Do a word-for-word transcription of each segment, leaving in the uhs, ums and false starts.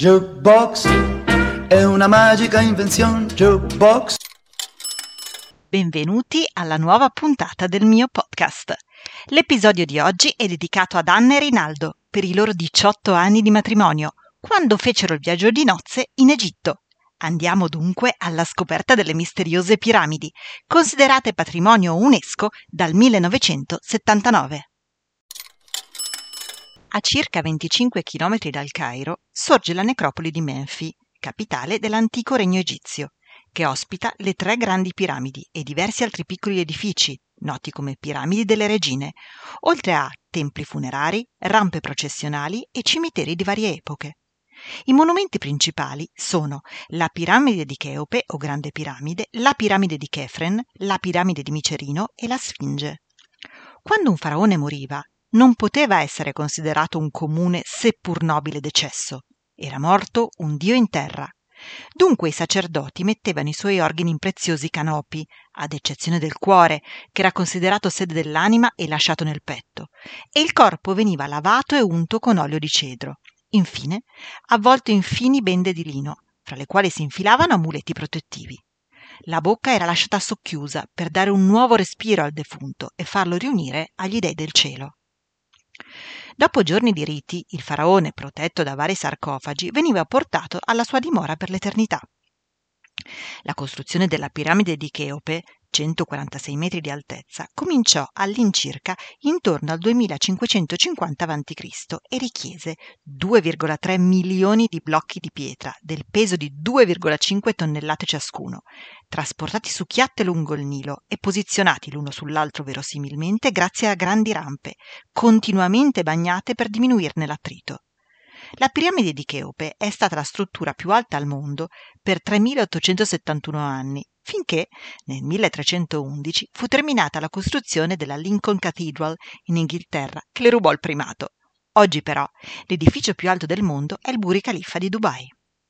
Jukebox è una magica invenzione. Jukebox. Benvenuti alla nuova puntata del mio podcast. L'episodio di oggi è dedicato ad Anna e Rinaldo per i loro diciotto anni di matrimonio, quando fecero il viaggio di nozze in Egitto. Andiamo dunque alla scoperta delle misteriose piramidi, considerate patrimonio UNESCO dal millenovecentosettantanove. A circa venticinque chilometri dal Cairo sorge la necropoli di Menfi, capitale dell'antico regno egizio, che ospita le tre grandi piramidi e diversi altri piccoli edifici, noti come piramidi delle regine, oltre a templi funerari, rampe processionali e cimiteri di varie epoche. I monumenti principali sono la piramide di Cheope o Grande Piramide, la piramide di Chefren, la piramide di Micerino e la Sfinge. Quando un faraone moriva, non poteva essere considerato un comune seppur nobile decesso. Era morto un dio in terra. Dunque i sacerdoti mettevano i suoi organi in preziosi canopi, ad eccezione del cuore, che era considerato sede dell'anima e lasciato nel petto, e il corpo veniva lavato e unto con olio di cedro. Infine, avvolto in fini bende di lino, fra le quali si infilavano amuleti protettivi. La bocca era lasciata socchiusa per dare un nuovo respiro al defunto e farlo riunire agli dei del cielo. Dopo giorni di riti, il faraone, protetto da vari sarcofagi, veniva portato alla sua dimora per l'eternità. La costruzione della piramide di Cheope, centoquarantasei metri di altezza, cominciò all'incirca intorno al duemilacinquecentocinquanta avanti Cristo e richiese due virgola tre milioni di blocchi di pietra del peso di due virgola cinque tonnellate ciascuno, trasportati su chiatte lungo il Nilo e posizionati l'uno sull'altro verosimilmente grazie a grandi rampe, continuamente bagnate per diminuirne l'attrito. La piramide di Cheope è stata la struttura più alta al mondo per tremilaottocentosettantuno anni, finché nel milletrecentoundici fu terminata la costruzione della Lincoln Cathedral in Inghilterra, che le rubò il primato. Oggi però l'edificio più alto del mondo è il Burj Khalifa di Dubai.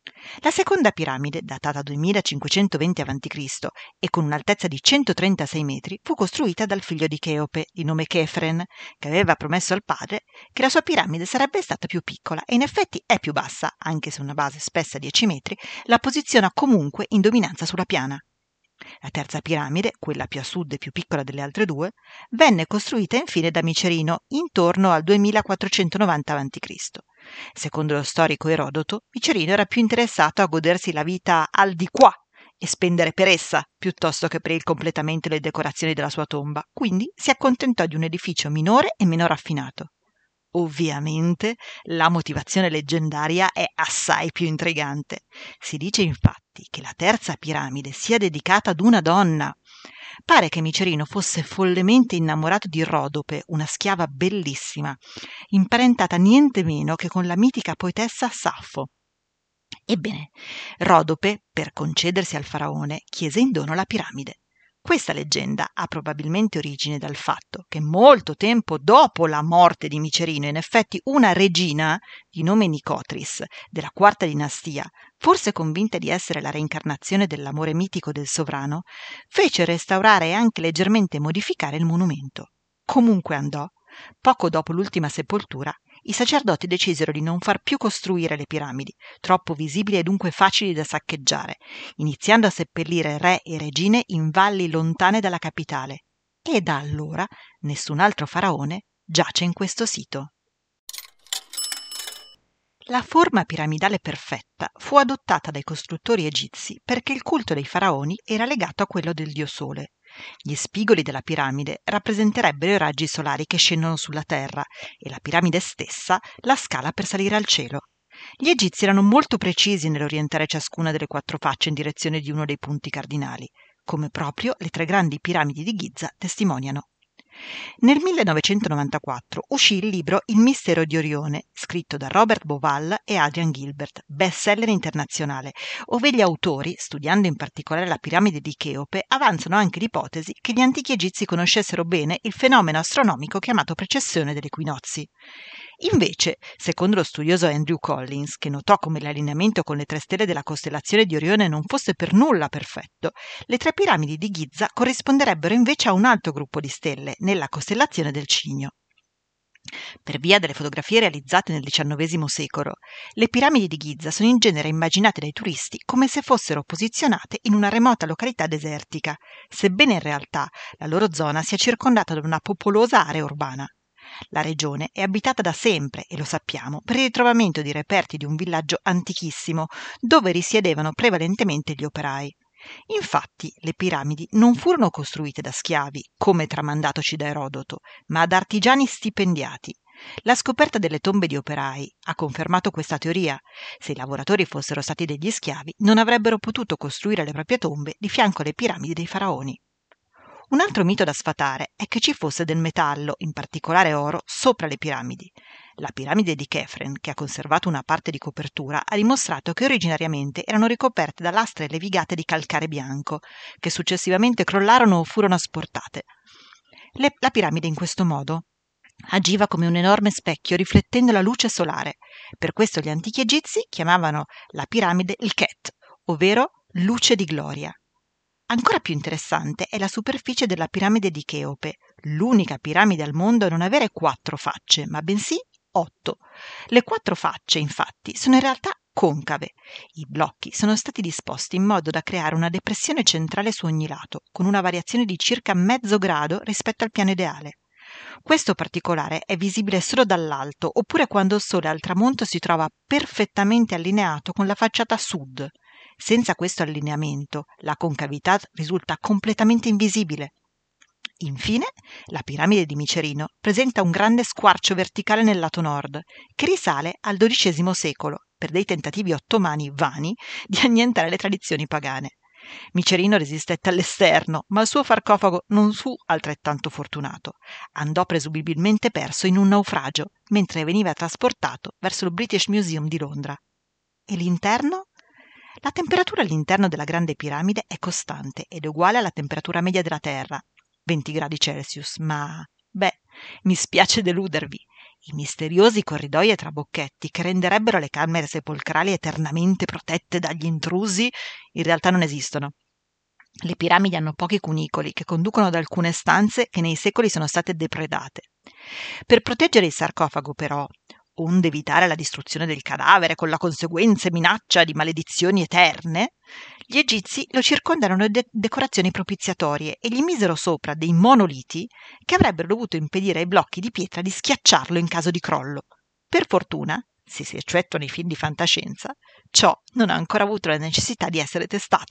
La seconda piramide, datata duemilacinquecentoventi avanti Cristo e con un'altezza di centotrentasei metri, fu costruita dal figlio di Cheope, di nome Chefren, che aveva promesso al padre che la sua piramide sarebbe stata più piccola e in effetti è più bassa, anche se una base spessa dieci metri la posiziona comunque in dominanza sulla piana. La terza piramide, quella più a sud e più piccola delle altre due, venne costruita infine da Micerino intorno al duemilaquattrocentonovanta avanti Cristo. Secondo lo storico Erodoto, Micerino era più interessato a godersi la vita al di qua e spendere per essa piuttosto che per il completamento e le decorazioni della sua tomba, quindi si accontentò di un edificio minore e meno raffinato. Ovviamente la motivazione leggendaria è assai più intrigante. Si dice infatti che la terza piramide sia dedicata ad una donna. Pare che Micerino fosse follemente innamorato di Rodope, una schiava bellissima, imparentata niente meno che con la mitica poetessa Saffo. Ebbene, Rodope, per concedersi al faraone, chiese in dono la piramide. Questa leggenda ha probabilmente origine dal fatto che molto tempo dopo la morte di Micerino, in effetti una regina di nome Nicotris della quarta dinastia, forse convinta di essere la reincarnazione dell'amore mitico del sovrano, fece restaurare e anche leggermente modificare il monumento. Comunque andò, poco dopo l'ultima sepoltura, i sacerdoti decisero di non far più costruire le piramidi, troppo visibili e dunque facili da saccheggiare, iniziando a seppellire re e regine in valli lontane dalla capitale, e da allora nessun altro faraone giace in questo sito. La forma piramidale perfetta fu adottata dai costruttori egizi perché il culto dei faraoni era legato a quello del dio Sole. Gli spigoli della piramide rappresenterebbero i raggi solari che scendono sulla terra e la piramide stessa la scala per salire al cielo. Gli egizi erano molto precisi nell'orientare ciascuna delle quattro facce in direzione di uno dei punti cardinali, come proprio le tre grandi piramidi di Giza testimoniano. Nel millenovecentonovantaquattro uscì il libro Il mistero di Orione, scritto da Robert Bauval e Adrian Gilbert, bestseller internazionale, ove gli autori, studiando in particolare la piramide di Cheope, avanzano anche l'ipotesi che gli antichi egizi conoscessero bene il fenomeno astronomico chiamato precessione degli equinozi. Invece, secondo lo studioso Andrew Collins, che notò come l'allineamento con le tre stelle della costellazione di Orione non fosse per nulla perfetto, le tre piramidi di Giza corrisponderebbero invece a un altro gruppo di stelle, nella costellazione del Cigno. Per via delle fotografie realizzate nel diciannovesimo secolo, le piramidi di Giza sono in genere immaginate dai turisti come se fossero posizionate in una remota località desertica, sebbene in realtà la loro zona sia circondata da una popolosa area urbana. La regione è abitata da sempre, e lo sappiamo, per il ritrovamento di reperti di un villaggio antichissimo, dove risiedevano prevalentemente gli operai. Infatti, le piramidi non furono costruite da schiavi, come tramandatoci da Erodoto, ma da artigiani stipendiati. La scoperta delle tombe di operai ha confermato questa teoria. Se i lavoratori fossero stati degli schiavi, non avrebbero potuto costruire le proprie tombe di fianco alle piramidi dei faraoni. Un altro mito da sfatare è che ci fosse del metallo, in particolare oro, sopra le piramidi. La piramide di Chefren, che ha conservato una parte di copertura, ha dimostrato che originariamente erano ricoperte da lastre levigate di calcare bianco, che successivamente crollarono o furono asportate. Le, la piramide in questo modo agiva come un enorme specchio riflettendo la luce solare. Per questo gli antichi egizi chiamavano la piramide il Ket, ovvero luce di gloria. Ancora più interessante è la superficie della piramide di Cheope, l'unica piramide al mondo a non avere quattro facce, ma bensì otto. Le quattro facce, infatti, sono in realtà concave. I blocchi sono stati disposti in modo da creare una depressione centrale su ogni lato, con una variazione di circa mezzo grado rispetto al piano ideale. Questo particolare è visibile solo dall'alto, oppure quando il sole al tramonto si trova perfettamente allineato con la facciata sud. Senza questo allineamento, la concavità risulta completamente invisibile. Infine, la piramide di Micerino presenta un grande squarcio verticale nel lato nord, che risale al dodicesimo secolo, per dei tentativi ottomani vani di annientare le tradizioni pagane. Micerino resistette all'esterno, ma il suo sarcofago non fu altrettanto fortunato. Andò presumibilmente perso in un naufragio, mentre veniva trasportato verso il British Museum di Londra. E l'interno? La temperatura all'interno della grande piramide è costante ed è uguale alla temperatura media della Terra, venti gradi Celsius, ma, beh, mi spiace deludervi. I misteriosi corridoi e trabocchetti che renderebbero le camere sepolcrali eternamente protette dagli intrusi in realtà non esistono. Le piramidi hanno pochi cunicoli che conducono ad alcune stanze che nei secoli sono state depredate. Per proteggere il sarcofago, però, onde evitare la distruzione del cadavere con la conseguente minaccia di maledizioni eterne, gli egizi lo circondarono di de- decorazioni propiziatorie e gli misero sopra dei monoliti che avrebbero dovuto impedire ai blocchi di pietra di schiacciarlo in caso di crollo. Per fortuna, se si eccettuano i film di fantascienza, ciò non ha ancora avuto la necessità di essere testato.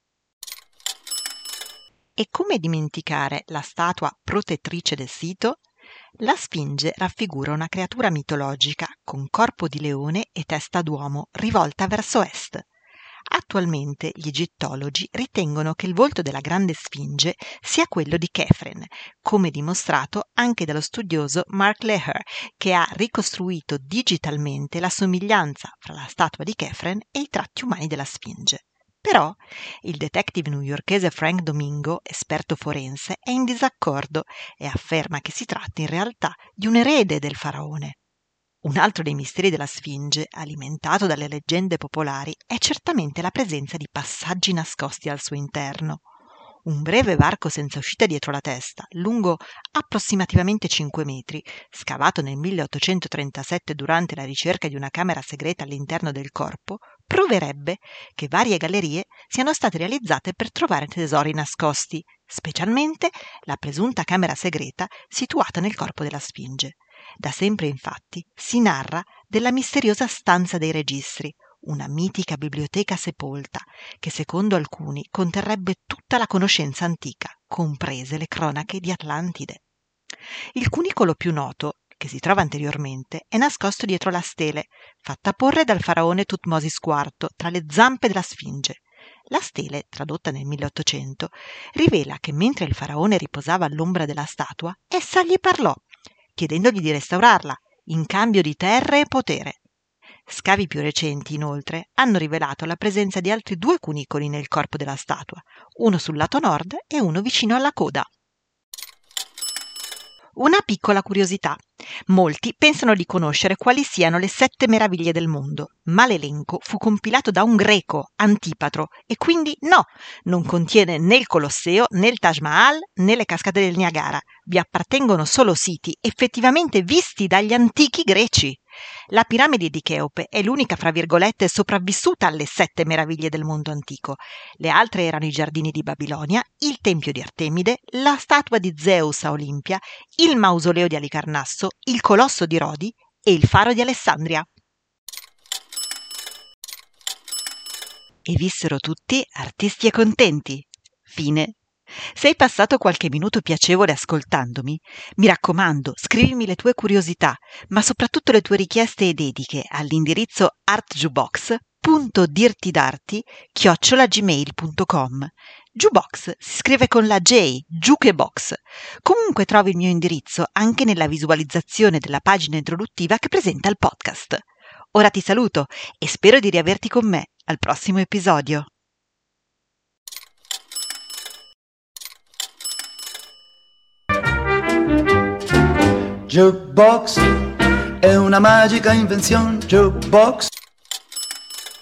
E come dimenticare la statua protettrice del sito? La Sfinge raffigura una creatura mitologica con corpo di leone e testa d'uomo rivolta verso est. Attualmente gli egittologi ritengono che il volto della grande Sfinge sia quello di Chefren, come dimostrato anche dallo studioso Mark Leher, che ha ricostruito digitalmente la somiglianza fra la statua di Chefren e i tratti umani della Sfinge. Però il detective newyorkese Frank Domingo, esperto forense, è in disaccordo e afferma che si tratti in realtà di un erede del faraone. Un altro dei misteri della Sfinge, alimentato dalle leggende popolari, è certamente la presenza di passaggi nascosti al suo interno. Un breve varco senza uscita dietro la testa, lungo approssimativamente cinque metri, scavato nel milleottocentotrentasette durante la ricerca di una camera segreta all'interno del corpo, proverebbe che varie gallerie siano state realizzate per trovare tesori nascosti, specialmente la presunta camera segreta situata nel corpo della Sfinge. Da sempre, infatti, si narra della misteriosa stanza dei registri, una mitica biblioteca sepolta che secondo alcuni conterrebbe tutta la conoscenza antica, comprese le cronache di Atlantide. Il cunicolo più noto, che si trova anteriormente, è nascosto dietro la stele, fatta porre dal faraone Tutmosis quarto tra le zampe della Sfinge. La stele, tradotta nel milleottocento, rivela che mentre il faraone riposava all'ombra della statua, essa gli parlò, chiedendogli di restaurarla, in cambio di terre e potere. Scavi più recenti, inoltre, hanno rivelato la presenza di altri due cunicoli nel corpo della statua, uno sul lato nord e uno vicino alla coda. Una piccola curiosità. Molti pensano di conoscere quali siano le sette meraviglie del mondo, ma l'elenco fu compilato da un greco, Antipatro, e quindi no, non contiene né il Colosseo, né il Taj Mahal, né le cascate del Niagara. Vi appartengono solo siti effettivamente visti dagli antichi greci. La piramide di Cheope è l'unica, fra virgolette, sopravvissuta alle sette meraviglie del mondo antico. Le altre erano i giardini di Babilonia, il tempio di Artemide, la statua di Zeus a Olimpia, il mausoleo di Alicarnasso, il colosso di Rodi e il faro di Alessandria. E vissero tutti artisti e contenti. Fine. Se hai passato qualche minuto piacevole ascoltandomi, mi raccomando, scrivimi le tue curiosità, ma soprattutto le tue richieste e dediche all'indirizzo artjukebox punto dirtidarti chiocciola gmail punto com. Jukebox si scrive con la J, Jukebox. Comunque trovi il mio indirizzo anche nella visualizzazione della pagina introduttiva che presenta il podcast. Ora ti saluto e spero di riaverti con me al prossimo episodio. Jukebox è una magica invenzione. Jukebox